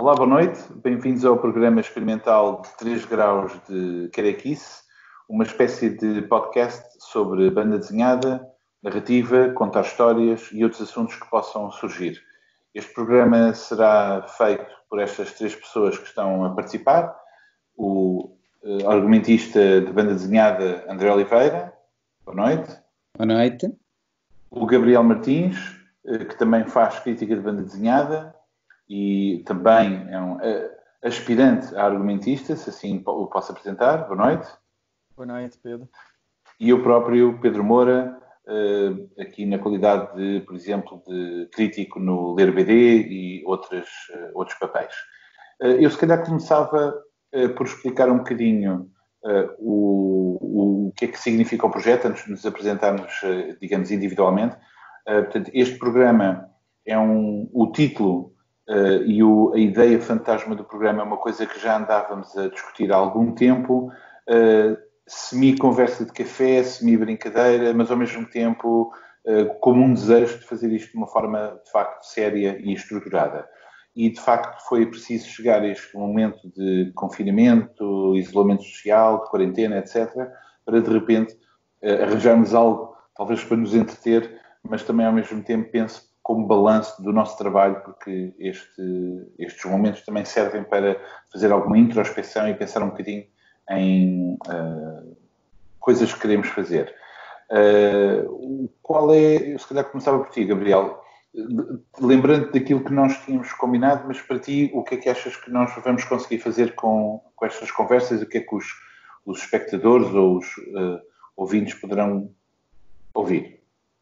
Olá, boa noite. Bem-vindos ao programa experimental de 3 graus de Caraquice, uma espécie de podcast sobre banda desenhada, narrativa, contar histórias e outros assuntos que possam surgir. Este programa será feito por estas 3 pessoas que estão a participar. O argumentista de banda desenhada André Oliveira. Boa noite. Boa noite. O Gabriel Martins, que também faz crítica de banda desenhada e também é um aspirante a argumentista, se assim o posso apresentar. Boa noite. Boa noite, Pedro. E eu próprio, Pedro Moura, aqui na qualidade de, por exemplo, de crítico no Ler BD e outros papéis. Eu se calhar começava por explicar um bocadinho o que é que significa o projeto, antes de nos apresentarmos, digamos, individualmente. Portanto, este programa é o título e a ideia fantasma do programa é uma coisa que já andávamos a discutir há algum tempo, semi-conversa de café, semi-brincadeira, mas ao mesmo tempo como um desejo de fazer isto de uma forma, de facto, séria e estruturada. E, de facto, foi preciso chegar a este momento de confinamento, isolamento social, de quarentena, etc., para, de repente, arranjarmos algo, talvez para nos entreter, mas também, ao mesmo tempo, penso como balanço do nosso trabalho, porque estes momentos também servem para fazer alguma introspecção e pensar um bocadinho em coisas que queremos fazer. Eu se calhar começava por ti, Gabriel, lembrando daquilo que nós tínhamos combinado, mas para ti, o que é que achas que nós vamos conseguir fazer com estas conversas? O que é que os espectadores ou os ouvintes poderão ouvir?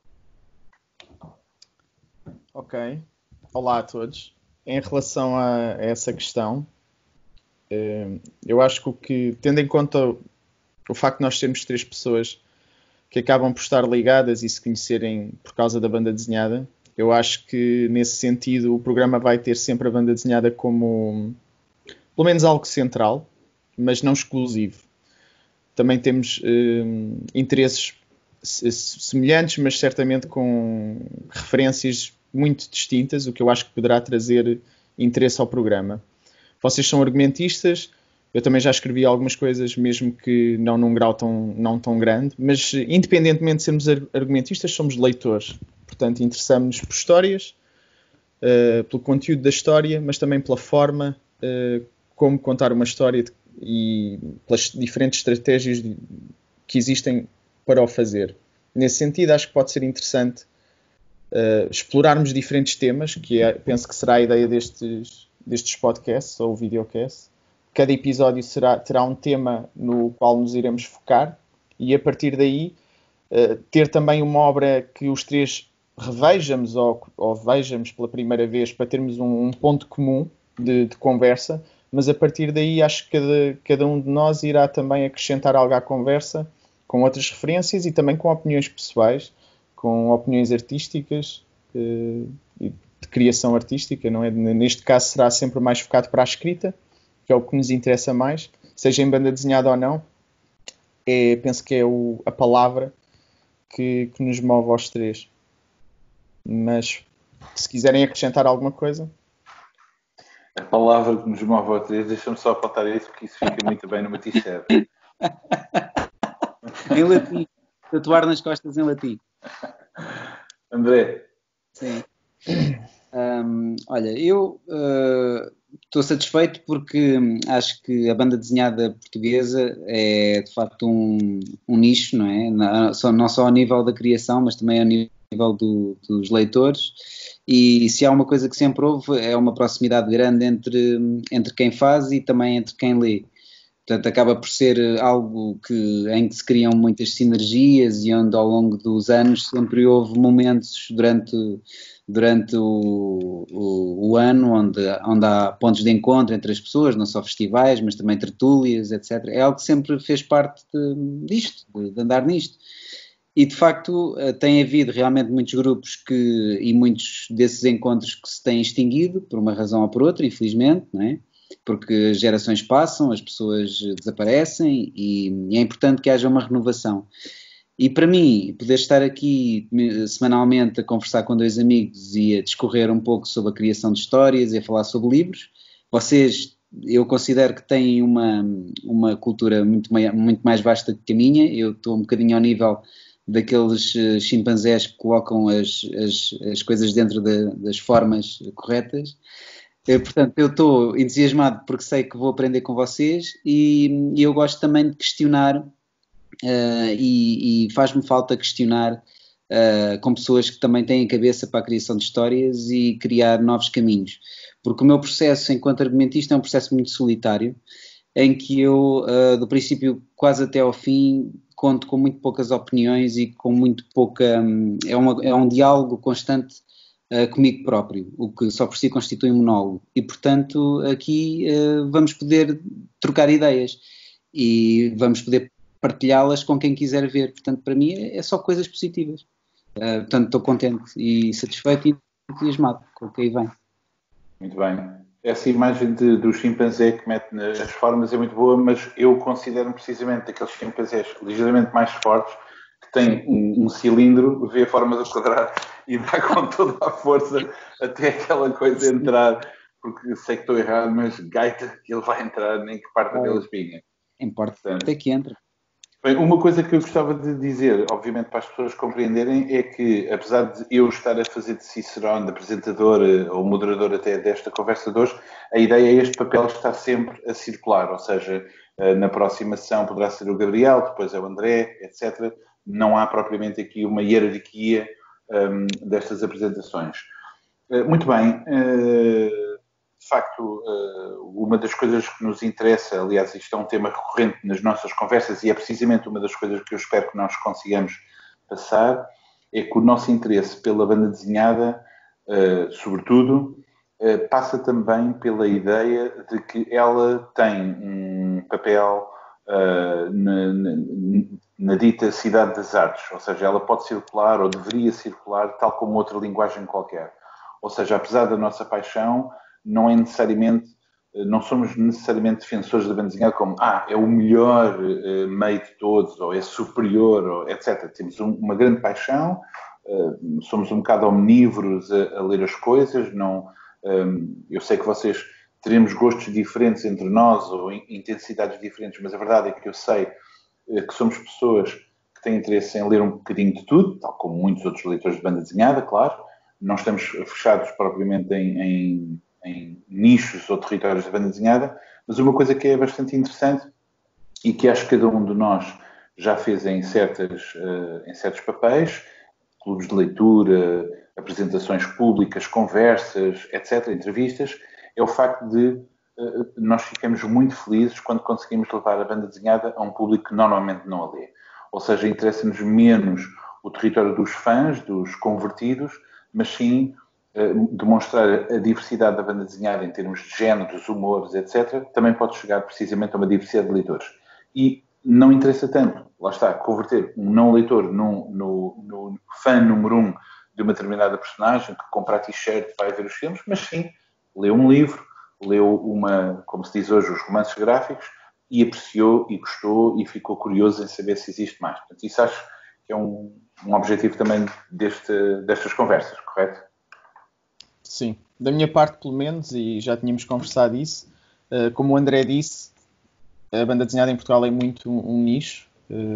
Ok. Olá a todos. Em relação a essa questão, eu acho que tendo em conta o facto de nós sermos 3 pessoas que acabam por estar ligadas e se conhecerem por causa da banda desenhada, eu acho que nesse sentido o programa vai ter sempre a banda desenhada como pelo menos algo central, mas não exclusivo. Também temos interesses semelhantes, mas certamente com referências muito distintas, o que eu acho que poderá trazer interesse ao programa. Vocês são argumentistas, eu também já escrevi algumas coisas, mesmo que não num grau não tão grande, mas independentemente de sermos argumentistas, somos leitores. Portanto, interessamos-nos por histórias, pelo conteúdo da história, mas também pela forma como contar uma história e pelas diferentes estratégias que existem para o fazer. Nesse sentido, acho que pode ser interessante explorarmos diferentes temas, penso que será a ideia destes podcasts ou videocasts. Cada episódio terá um tema no qual nos iremos focar e, a partir daí, ter também uma obra que os 3 revejamos ou vejamos pela primeira vez para termos um ponto comum de conversa, mas a partir daí acho que cada um de nós irá também acrescentar algo à conversa com outras referências e também com opiniões pessoais, com opiniões artísticas e de criação artística, não é? Neste caso será sempre mais focado para a escrita, que é o que nos interessa mais, seja em banda desenhada ou não. Penso que é a palavra que nos move aos 3. Mas se quiserem acrescentar alguma coisa. A palavra que nos move aos 3, deixa-me só apontar isso, porque isso fica muito bem numa t-shirt. Em latim. Tatuar nas costas em latim. André. Sim. Olha, eu estou satisfeito porque acho que a banda desenhada portuguesa é de facto um nicho, não é? Não só ao nível da criação, mas também ao nível dos leitores. E se há uma coisa que sempre houve é uma proximidade grande entre quem faz e também entre quem lê. Portanto, acaba por ser algo em que se criam muitas sinergias e onde ao longo dos anos sempre houve momentos durante o ano onde há pontos de encontro entre as pessoas, não só festivais, mas também tertúlias, etc. É algo que sempre fez parte disto, de andar nisto. E, de facto, tem havido realmente muitos grupos e muitos desses encontros que se têm extinguido, por uma razão ou por outra, infelizmente, não é? Porque gerações passam, as pessoas desaparecem e é importante que haja uma renovação. E para mim, poder estar aqui semanalmente a conversar com 2 amigos e a discorrer um pouco sobre a criação de histórias e a falar sobre livros, Vocês, eu considero que têm uma cultura muito mais vasta que a minha. Eu estou um bocadinho ao nível daqueles chimpanzés que colocam as coisas dentro das formas corretas. Portanto, eu estou entusiasmado porque sei que vou aprender com vocês e eu gosto também de questionar e faz-me falta questionar com pessoas que também têm cabeça para a criação de histórias e criar novos caminhos. Porque o meu processo enquanto argumentista é um processo muito solitário, em que eu, do princípio quase até ao fim, conto com muito poucas opiniões e com muito pouca... é um diálogo constante comigo próprio, o que só por si constitui um monólogo. E, portanto, aqui vamos poder trocar ideias e vamos poder partilhá-las com quem quiser ver. Portanto, para mim é só coisas positivas. Portanto, estou contente e satisfeito e entusiasmado com o que aí vem. Muito bem. Essa imagem do chimpanzé que mete nas formas é muito boa, mas eu considero precisamente aqueles chimpanzés ligeiramente mais fortes que têm um cilindro, vê a forma do quadrado e dá com toda a força até aquela coisa entrar, porque sei que estou errado, mas gaita que ele vai entrar, nem que parte deles pinga. Importa até que entra. Bem, uma coisa que eu gostava de dizer, obviamente para as pessoas compreenderem, é que apesar de eu estar a fazer de Cicerone, de apresentador ou moderador até desta conversa de hoje, a ideia é este papel estar sempre a circular, ou seja, na próxima sessão poderá ser o Gabriel, depois é o André, etc. Não há propriamente aqui uma hierarquia destas apresentações. Muito bem. De facto, uma das coisas que nos interessa, aliás, isto é um tema recorrente nas nossas conversas e é precisamente uma das coisas que eu espero que nós consigamos passar, é que o nosso interesse pela banda desenhada, sobretudo, passa também pela ideia de que ela tem um papel na dita cidade das artes, ou seja, ela pode circular ou deveria circular tal como outra linguagem qualquer. Ou seja, apesar da nossa paixão, não somos necessariamente defensores da banda desenhada como é o melhor meio de todos, ou é superior, ou etc. Temos uma grande paixão, somos um bocado omnívoros a ler as coisas, eu sei que vocês teremos gostos diferentes entre nós, ou intensidades diferentes, mas a verdade é que eu sei que somos pessoas que têm interesse em ler um bocadinho de tudo, tal como muitos outros leitores de banda desenhada, claro. Não estamos fechados propriamente em nichos ou territórios da banda desenhada, mas uma coisa que é bastante interessante e que acho que cada um de nós já fez em certos papéis, clubes de leitura, apresentações públicas, conversas, etc., entrevistas, é o facto de nós ficamos muito felizes quando conseguimos levar a banda desenhada a um público que normalmente não a lê. Ou seja, interessa-nos menos o território dos fãs, dos convertidos, mas sim demonstrar a diversidade da banda desenhada em termos de géneros, humores, etc., também pode chegar precisamente a uma diversidade de leitores. E não interessa tanto, lá está, converter um não leitor no fã número 1 de uma determinada personagem, que compra a t-shirt vai ver os filmes, mas sim, leu um livro, leu como se diz hoje, os romances gráficos, e apreciou e gostou e ficou curioso em saber se existe mais. Portanto, isso acho que é um objetivo também destas conversas, correto? Sim, da minha parte pelo menos, e já tínhamos conversado isso, como o André disse, a banda desenhada em Portugal é muito um nicho,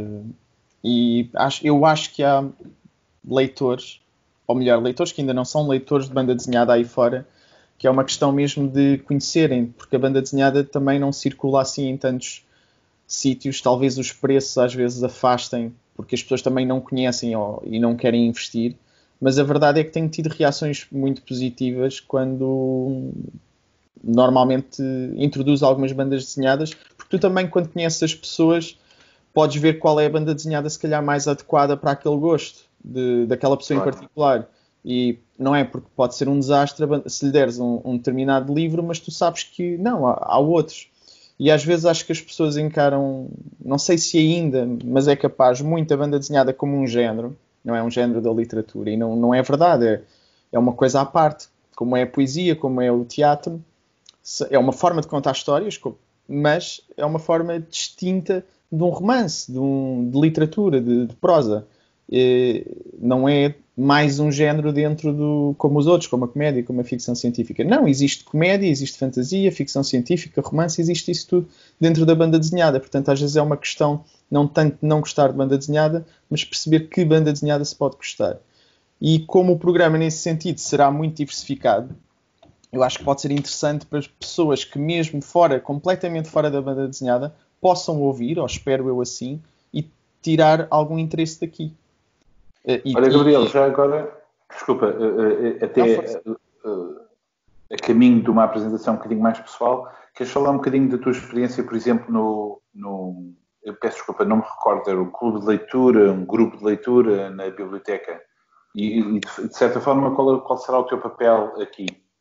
e eu acho que há leitores, ou melhor, leitores que ainda não são leitores de banda desenhada aí fora, que é uma questão mesmo de conhecerem, porque a banda desenhada também não circula assim em tantos sítios, talvez os preços às vezes afastem, porque as pessoas também não conhecem e não querem investir. Mas a verdade é que tenho tido reações muito positivas quando normalmente introduzo algumas bandas desenhadas, porque tu também, quando conheces as pessoas, podes ver qual é a banda desenhada se calhar mais adequada para aquele gosto daquela pessoa em particular. E não é porque pode ser um desastre se lhe deres um determinado livro, mas tu sabes que não, há outros. E às vezes acho que as pessoas encaram, não sei se ainda, mas é capaz, muito a banda desenhada como um género. Não é um género da literatura, e não é verdade, é uma coisa à parte, como é a poesia, como é o teatro, é uma forma de contar histórias, mas é uma forma distinta de um romance, de literatura, de prosa. Não é mais um género dentro como os outros, como a comédia, como a ficção científica. Não, existe comédia, existe fantasia, ficção científica, romance, existe isso tudo dentro da banda desenhada. Portanto, às vezes é uma questão não tanto de não gostar de banda desenhada, mas perceber que banda desenhada se pode gostar. E como o programa, nesse sentido, será muito diversificado, eu acho que pode ser interessante para as pessoas que mesmo completamente fora da banda desenhada, possam ouvir, ou espero eu assim, e tirar algum interesse daqui. Olha, Gabriel, já agora, desculpa, até a caminho de uma apresentação um bocadinho mais pessoal, queres falar um bocadinho da tua experiência, por exemplo, eu peço desculpa, não me recordo, era um clube de leitura, um grupo de leitura na biblioteca, e de certa forma, qual será o teu papel aqui?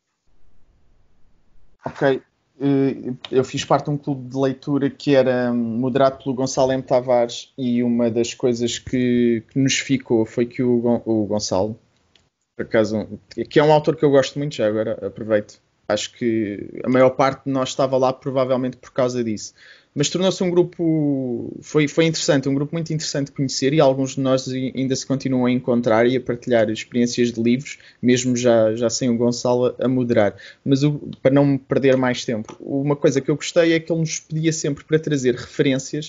Ok, eu fiz parte de um clube de leitura que era moderado pelo Gonçalo M. Tavares, e uma das coisas que nos ficou foi que o Gonçalo, por acaso, que é um autor que eu gosto muito, já agora aproveito, acho que a maior parte de nós estava lá provavelmente por causa disso. Mas tornou-se um grupo, foi interessante, um grupo muito interessante de conhecer, e alguns de nós ainda se continuam a encontrar e a partilhar experiências de livros, mesmo já sem o Gonçalo a moderar. Mas para não me perder mais tempo, uma coisa que eu gostei é que ele nos pedia sempre para trazer referências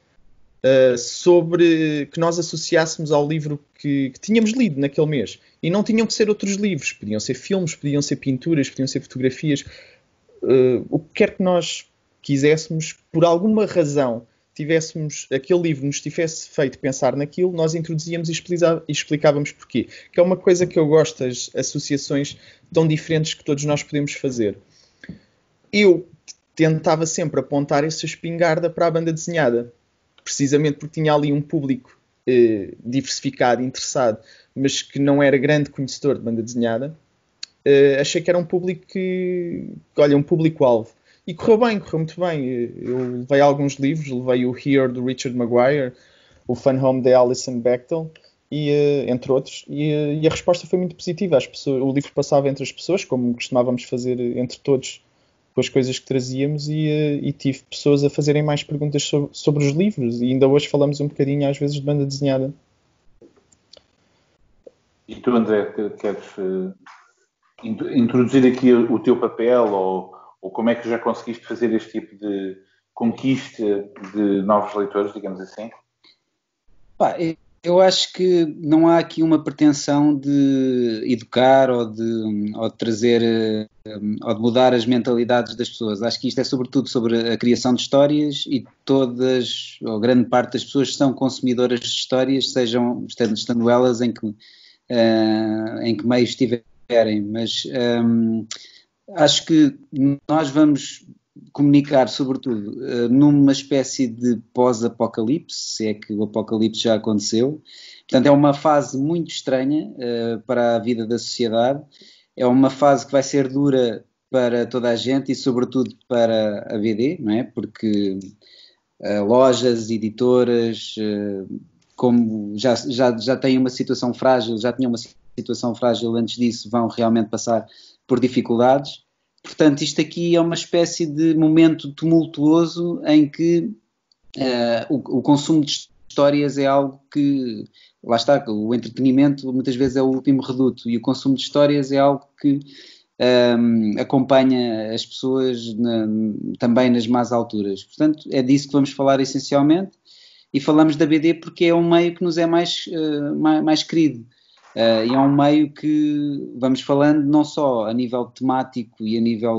sobre que nós associássemos ao livro que tínhamos lido naquele mês. E não tinham que ser outros livros, podiam ser filmes, podiam ser pinturas, podiam ser fotografias, o que quer que nós quiséssemos, por alguma razão, tivéssemos aquele livro nos tivesse feito pensar naquilo, nós introduzíamos e explicávamos porquê. Que é uma coisa que eu gosto, as associações tão diferentes que todos nós podemos fazer. Eu tentava sempre apontar essa espingarda para a banda desenhada, precisamente porque tinha ali um público diversificado, interessado, mas que não era grande conhecedor de banda desenhada. Achei que era um público um público-alvo. E correu muito bem. Eu levei alguns livros, levei o Here, do Richard Maguire, o Fun Home, de Alison Bechdel, entre outros, e a resposta foi muito positiva. O livro passava entre as pessoas, como costumávamos fazer entre todos, com as coisas que trazíamos, e tive pessoas a fazerem mais perguntas sobre os livros, e ainda hoje falamos um bocadinho, às vezes, de banda desenhada. E tu, André, queres introduzir aqui o teu papel, ou como é que já conseguiste fazer este tipo de conquista de novos leitores, digamos assim? Eu acho que não há aqui uma pretensão de educar ou de trazer ou de mudar as mentalidades das pessoas. Acho que isto é sobretudo sobre a criação de histórias, e todas, ou grande parte das pessoas, são consumidoras de histórias, estando elas em que meio estiverem, mas acho que nós vamos comunicar, sobretudo, numa espécie de pós-apocalipse, se é que o apocalipse já aconteceu. Portanto, é uma fase muito estranha para a vida da sociedade, é uma fase que vai ser dura para toda a gente e, sobretudo, para a BD, não é? Porque lojas, editoras, como já têm uma situação frágil, já tinham uma situação frágil antes disso, vão realmente passar por dificuldades. Portanto, isto aqui é uma espécie de momento tumultuoso em que o consumo de histórias é algo que, lá está, o entretenimento muitas vezes é o último reduto, e o consumo de histórias é algo que acompanha as pessoas também nas más alturas. Portanto, é disso que vamos falar essencialmente, e falamos da BD porque é um meio que nos é mais querido. E é um meio que vamos falando não só a nível temático e a nível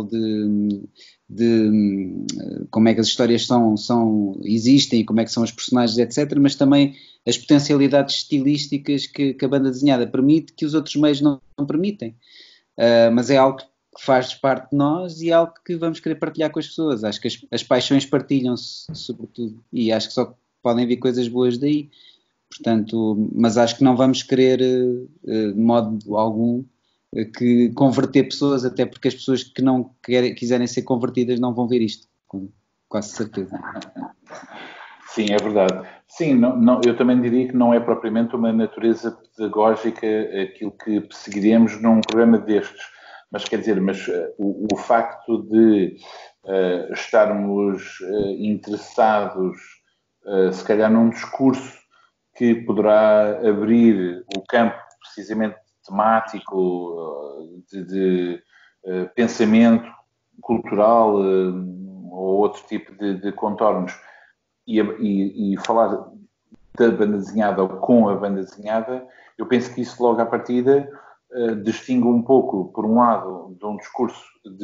de como é que as histórias existem e como é que são os personagens, etc., mas também as potencialidades estilísticas que a banda desenhada permite, que os outros meios não permitem. Mas é algo que faz parte de nós e é algo que vamos querer partilhar com as pessoas. Acho que as paixões partilham-se, sobretudo, e acho que só podem vir coisas boas daí. Portanto, mas acho que não vamos querer, de modo algum, que converter pessoas, até porque as pessoas que não quiserem ser convertidas não vão ver isto, com quase certeza. Sim, é verdade. Sim, eu também diria que não é propriamente uma natureza pedagógica aquilo que perseguiremos num programa destes. Mas quer dizer, o facto de estarmos interessados, se calhar num discurso que poderá abrir o campo precisamente temático, de pensamento cultural ou outro tipo de contornos e falar da banda desenhada ou com a banda desenhada, eu penso que isso logo à partida distingue um pouco, por um lado, de um discurso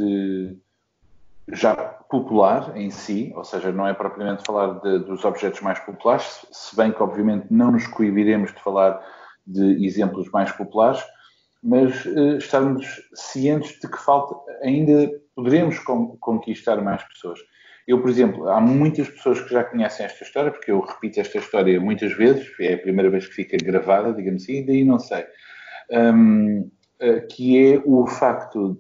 já popular em si, ou seja, não é propriamente falar dos objetos mais populares, se bem que obviamente não nos coibiremos de falar de exemplos mais populares, mas estarmos cientes de que ainda poderemos conquistar mais pessoas. Eu, por exemplo, há muitas pessoas que já conhecem esta história, porque eu repito esta história muitas vezes, é a primeira vez que fica gravada, digamos assim, e daí não sei. Que é o facto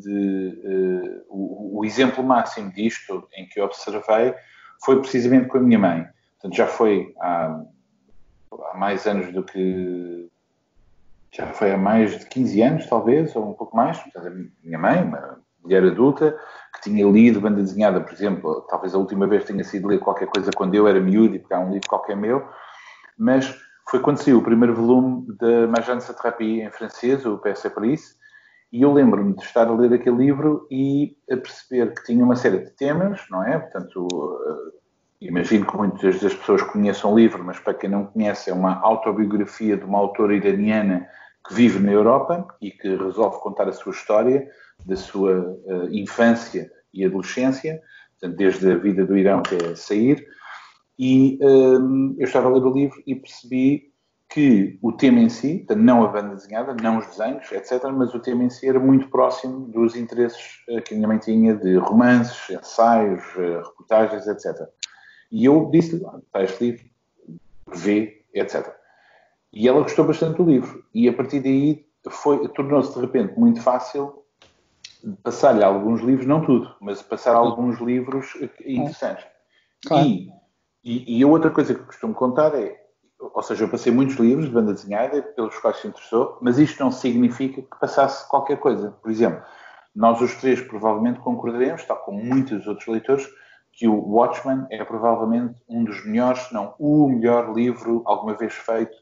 o exemplo máximo disto em que eu observei foi precisamente com a minha mãe. Portanto, já foi há mais anos do que... Já foi há mais de 15 anos, talvez, ou um pouco mais. Portanto, a minha mãe, uma mulher adulta, que tinha lido banda desenhada, por exemplo, talvez a última vez tenha sido ler qualquer coisa quando eu era miúdo e pegar um livro qualquer meu, mas foi quando saiu o primeiro volume da Marjane Satrapi em francês, o PS Paris, e eu lembro-me de estar a ler aquele livro e a perceber que tinha uma série de temas, não é? Portanto, imagino que muitas das pessoas conheçam o livro, mas para quem não conhece, é uma autobiografia de uma autora iraniana que vive na Europa e que resolve contar a sua história, da sua infância e adolescência, portanto, desde a vida do Irão até sair. E eu estava a ler o livro e percebi que o tema em si, portanto, não a banda desenhada, não os desenhos, etc., mas o tema em si era muito próximo dos interesses que a minha mãe tinha de romances, ensaios, reportagens, etc. E eu disse-lhe, está este livro, vê, etc. E ela gostou bastante do livro. E a partir daí tornou-se de repente muito fácil passar-lhe alguns livros, não tudo, mas passar alguns livros interessantes. Claro. E a outra coisa que costumo contar é, ou seja, eu passei muitos livros de banda desenhada pelos quais se interessou, mas isto não significa que passasse qualquer coisa. Por exemplo, nós os três provavelmente concordaremos, tal como muitos outros leitores, que o Watchmen é provavelmente um dos melhores, se não o melhor livro alguma vez feito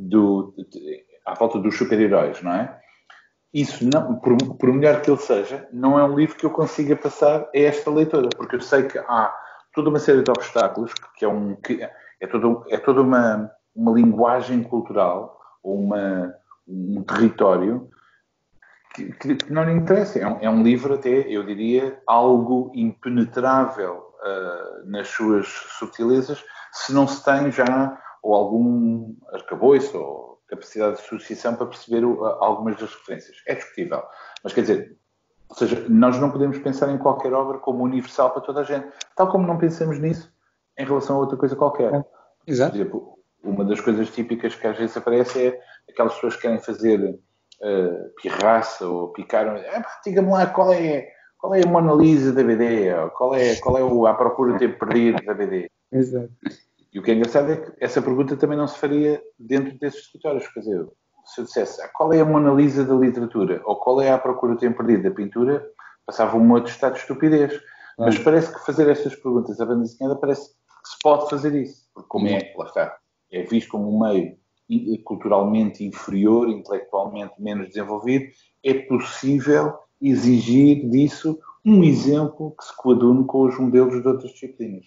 à volta dos super-heróis, não é? Isso, não, por melhor que ele seja, não é um livro que eu consiga passar a esta leitora, porque eu sei que há toda uma série de obstáculos, que é toda uma linguagem cultural, ou um território que não lhe interessa. É um livro até, eu diria, algo impenetrável nas suas subtilezas, se não se tem já ou algum arcabouço ou capacidade de associação para perceber algumas das referências. É discutível. Mas, quer dizer, ou seja, nós não podemos pensar em qualquer obra como universal para toda a gente. Tal como não pensamos nisso em relação a outra coisa qualquer. Exato. Por exemplo, uma das coisas típicas que às vezes aparece é aquelas pessoas que querem fazer pirraça ou picar. Diga-me lá qual é a Mona Lisa da BD, ou qual é a procura do tempo perdido da BD. Exato. E o que é engraçado é que essa pergunta também não se faria dentro desses escritórios. Quer dizer, se eu dissesse qual é a Mona Lisa da literatura ou qual é a procura do tempo perdido da pintura, passava um outro estado de estupidez. Mas parece que fazer estas perguntas à banda desenhada parece que se pode fazer isso. Porque como lá está, é visto como um meio culturalmente inferior, intelectualmente menos desenvolvido, é possível exigir disso um exemplo que se coadune com os modelos de outras disciplinas.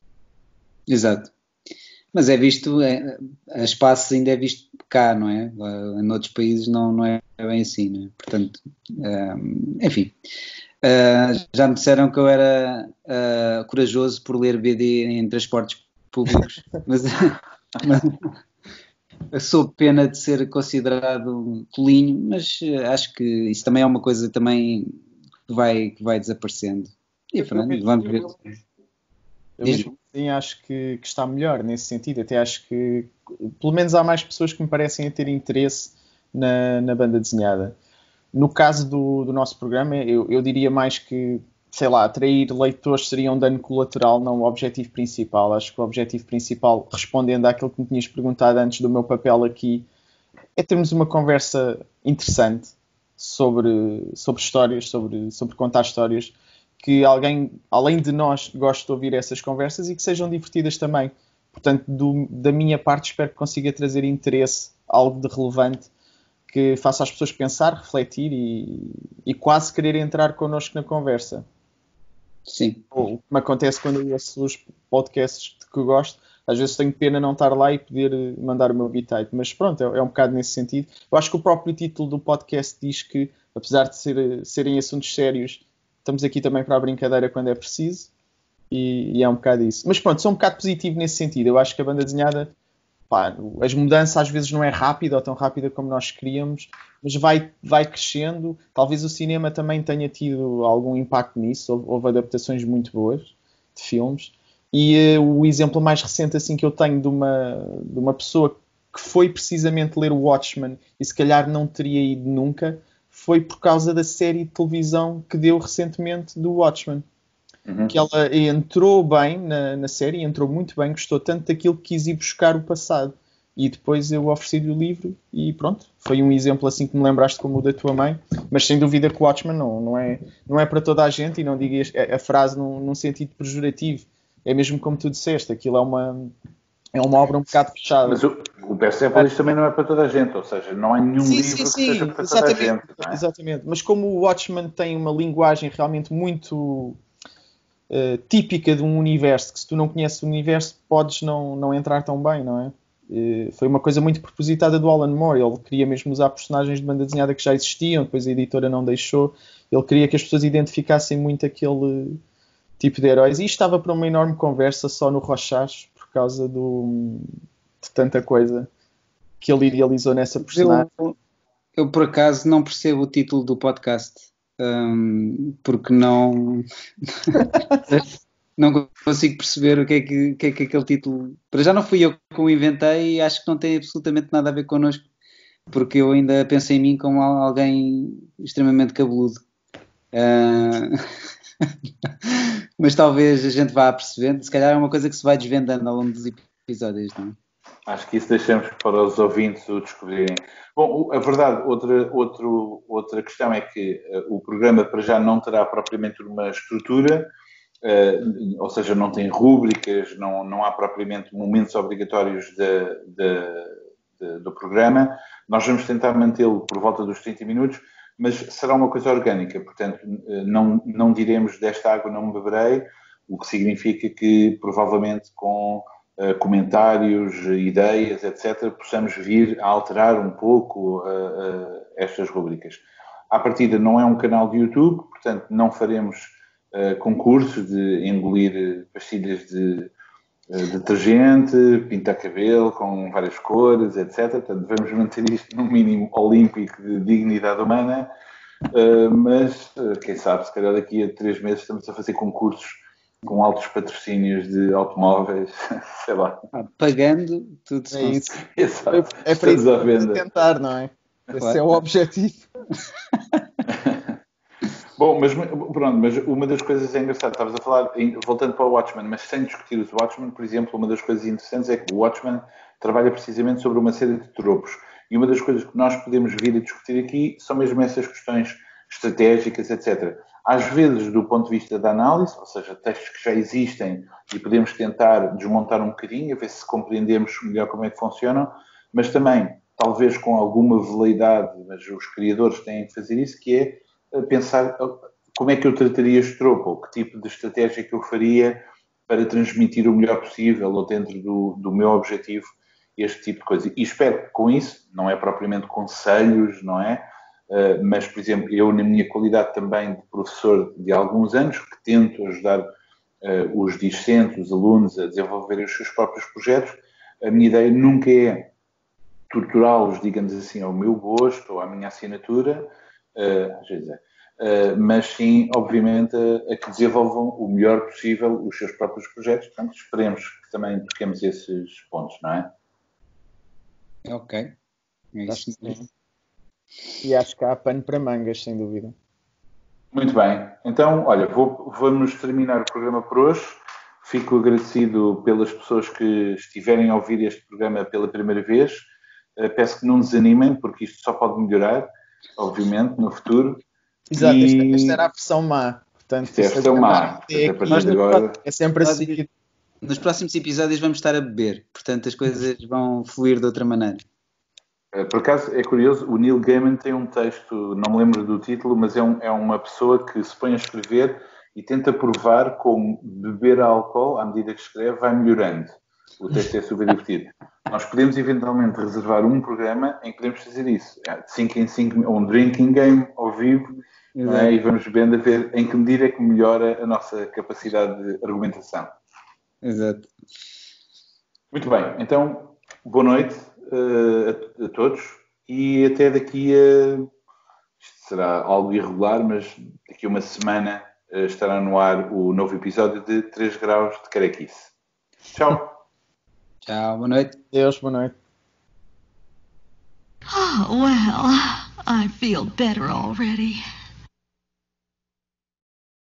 Exato. Mas é visto, a espaço ainda é visto cá, não é? Em outros países não é bem assim, não é? Portanto, enfim. Já me disseram que eu era corajoso por ler BD em transportes públicos, mas sou pena de ser considerado tolinho, mas acho que isso também é uma coisa também que vai desaparecendo. E pronto, vamos ver. Eu mesmo assim acho que está melhor nesse sentido. Até acho que pelo menos há mais pessoas que me parecem a ter interesse na banda desenhada. No caso do nosso programa, eu diria mais que, sei lá, atrair leitores seria um dano colateral, não o objetivo principal. Acho que o objetivo principal, respondendo àquilo que me tinhas perguntado antes do meu papel aqui, é termos uma conversa interessante sobre histórias, sobre contar histórias, que alguém, além de nós, goste de ouvir essas conversas e que sejam divertidas também. Portanto, da minha parte, espero que consiga trazer interesse, algo de relevante que faça as pessoas pensar, refletir e quase querer entrar connosco na conversa. Sim. O que me acontece quando eu ouço os podcasts que eu gosto, às vezes tenho pena não estar lá e poder mandar o meu bitite, mas pronto, é um bocado nesse sentido. Eu acho que o próprio título do podcast diz que, apesar de serem assuntos sérios, estamos aqui também para a brincadeira quando é preciso, e é um bocado isso. Mas pronto, sou um bocado positivo nesse sentido. Eu acho que a banda desenhada, pá, as mudanças às vezes não é rápida ou tão rápida como nós queríamos, mas vai crescendo. Talvez o cinema também tenha tido algum impacto nisso. Houve adaptações muito boas de filmes. E o exemplo mais recente assim que eu tenho de uma pessoa que foi precisamente ler o Watchmen e se calhar não teria ido nunca, foi por causa da série de televisão que deu recentemente do Watchmen. Que ela entrou bem na série, entrou muito bem, gostou tanto daquilo que quis ir buscar o passado. E depois eu ofereci-lhe o livro e pronto. Foi um exemplo assim que me lembraste como o da tua mãe. Mas sem dúvida que o Watchmen não é para toda a gente, e não digo a frase num sentido pejorativo. É mesmo como tu disseste, aquilo é uma obra um bocado fechada. Mas o Persepolis também não é para toda a gente, ou seja, não há nenhum livro que seja para toda a gente. Não é? Exatamente. Mas como o Watchmen tem uma linguagem realmente muito típica de um universo, que se tu não conheces o universo podes não entrar tão bem, não é? Foi uma coisa muito propositada do Alan Moore. Ele queria mesmo usar personagens de banda desenhada que já existiam, depois a editora não deixou. Ele queria que as pessoas identificassem muito aquele tipo de heróis. E isto estava para uma enorme conversa só no Rochas, por causa de tanta coisa que ele idealizou nessa personagem. Eu por acaso não percebo o título do podcast, porque não consigo perceber o que é que aquele título... Para já não fui eu que o inventei e acho que não tem absolutamente nada a ver connosco, porque eu ainda penso em mim como alguém extremamente cabeludo. Mas talvez a gente vá percebendo, se calhar é uma coisa que se vai desvendando ao longo dos episódios, não é? Acho que isso deixamos para os ouvintes o descobrirem. Bom, a verdade, outra questão é que o programa para já não terá propriamente uma estrutura, ou seja, não tem rúbricas, não há propriamente momentos obrigatórios do programa. Nós vamos tentar mantê-lo por volta dos 30 minutos, mas será uma coisa orgânica, portanto, não diremos desta água não me beberei, o que significa que provavelmente com comentários, ideias, etc., possamos vir a alterar um pouco estas rubricas. À partida não é um canal de YouTube, portanto não faremos concursos de engolir pastilhas de detergente, pintar cabelo com várias cores, etc. Portanto, devemos manter isto no mínimo olímpico de dignidade humana, mas quem sabe, se calhar daqui a 3 meses estamos a fazer concursos com altos patrocínios de automóveis, sei lá. Pagando, tudo se isso. Exato. É para isso que estamos a tentar, não é? Claro. Esse é o objetivo. Bom, mas uma das coisas é engraçada, estavas a falar, voltando para o Watchmen, mas sem discutir os Watchmen, por exemplo, uma das coisas interessantes é que o Watchmen trabalha precisamente sobre uma série de tropos. E uma das coisas que nós podemos vir a discutir aqui são mesmo essas questões estratégicas, etc. Às vezes, do ponto de vista da análise, ou seja, textos que já existem e podemos tentar desmontar um bocadinho, a ver se compreendemos melhor como é que funcionam, mas também, talvez com alguma veleidade, mas os criadores têm que fazer isso, que é pensar como é que eu trataria este tropo, ou que tipo de estratégia que eu faria para transmitir o melhor possível, ou dentro do meu objetivo, este tipo de coisa. E espero que com isso, não é propriamente conselhos, não é? Mas, por exemplo, eu na minha qualidade também de professor de alguns anos, que tento ajudar os discentes, os alunos a desenvolverem os seus próprios projetos, a minha ideia nunca é torturá-los, digamos assim, ao meu gosto ou à minha assinatura, às vezes mas sim, obviamente, a que desenvolvam o melhor possível os seus próprios projetos. Portanto, esperemos que também toquemos esses pontos, não é? Ok. É isso mesmo. E acho que há pano para mangas, sem dúvida. Muito bem. Então, olha, vamos terminar o programa por hoje. Fico agradecido pelas pessoas que estiverem a ouvir este programa pela primeira vez. Peço que não desanimem, porque isto só pode melhorar, obviamente, no futuro. Exato, esta era a versão má. Portanto, esta é a versão má. É sempre a seguir. Nos próximos episódios vamos estar a beber, portanto as coisas vão fluir de outra maneira. Por acaso, é curioso, o Neil Gaiman tem um texto, não me lembro do título, mas é uma pessoa que se põe a escrever e tenta provar como beber álcool, à medida que escreve, vai melhorando. O texto é super divertido. Nós podemos eventualmente reservar um programa em que podemos fazer isso. De 5 em 5, um drinking game ao vivo, não é? E vamos bebendo a ver em que medida é que melhora a nossa capacidade de argumentação. Exato. Muito bem, então, boa noite a todos e até daqui a... Isto será algo irregular, mas daqui a uma semana estará no ar o novo episódio de 3 graus de Caraquice. Tchau. Tchau, boa noite. Deus, boa noite. Oh, well, I feel better already.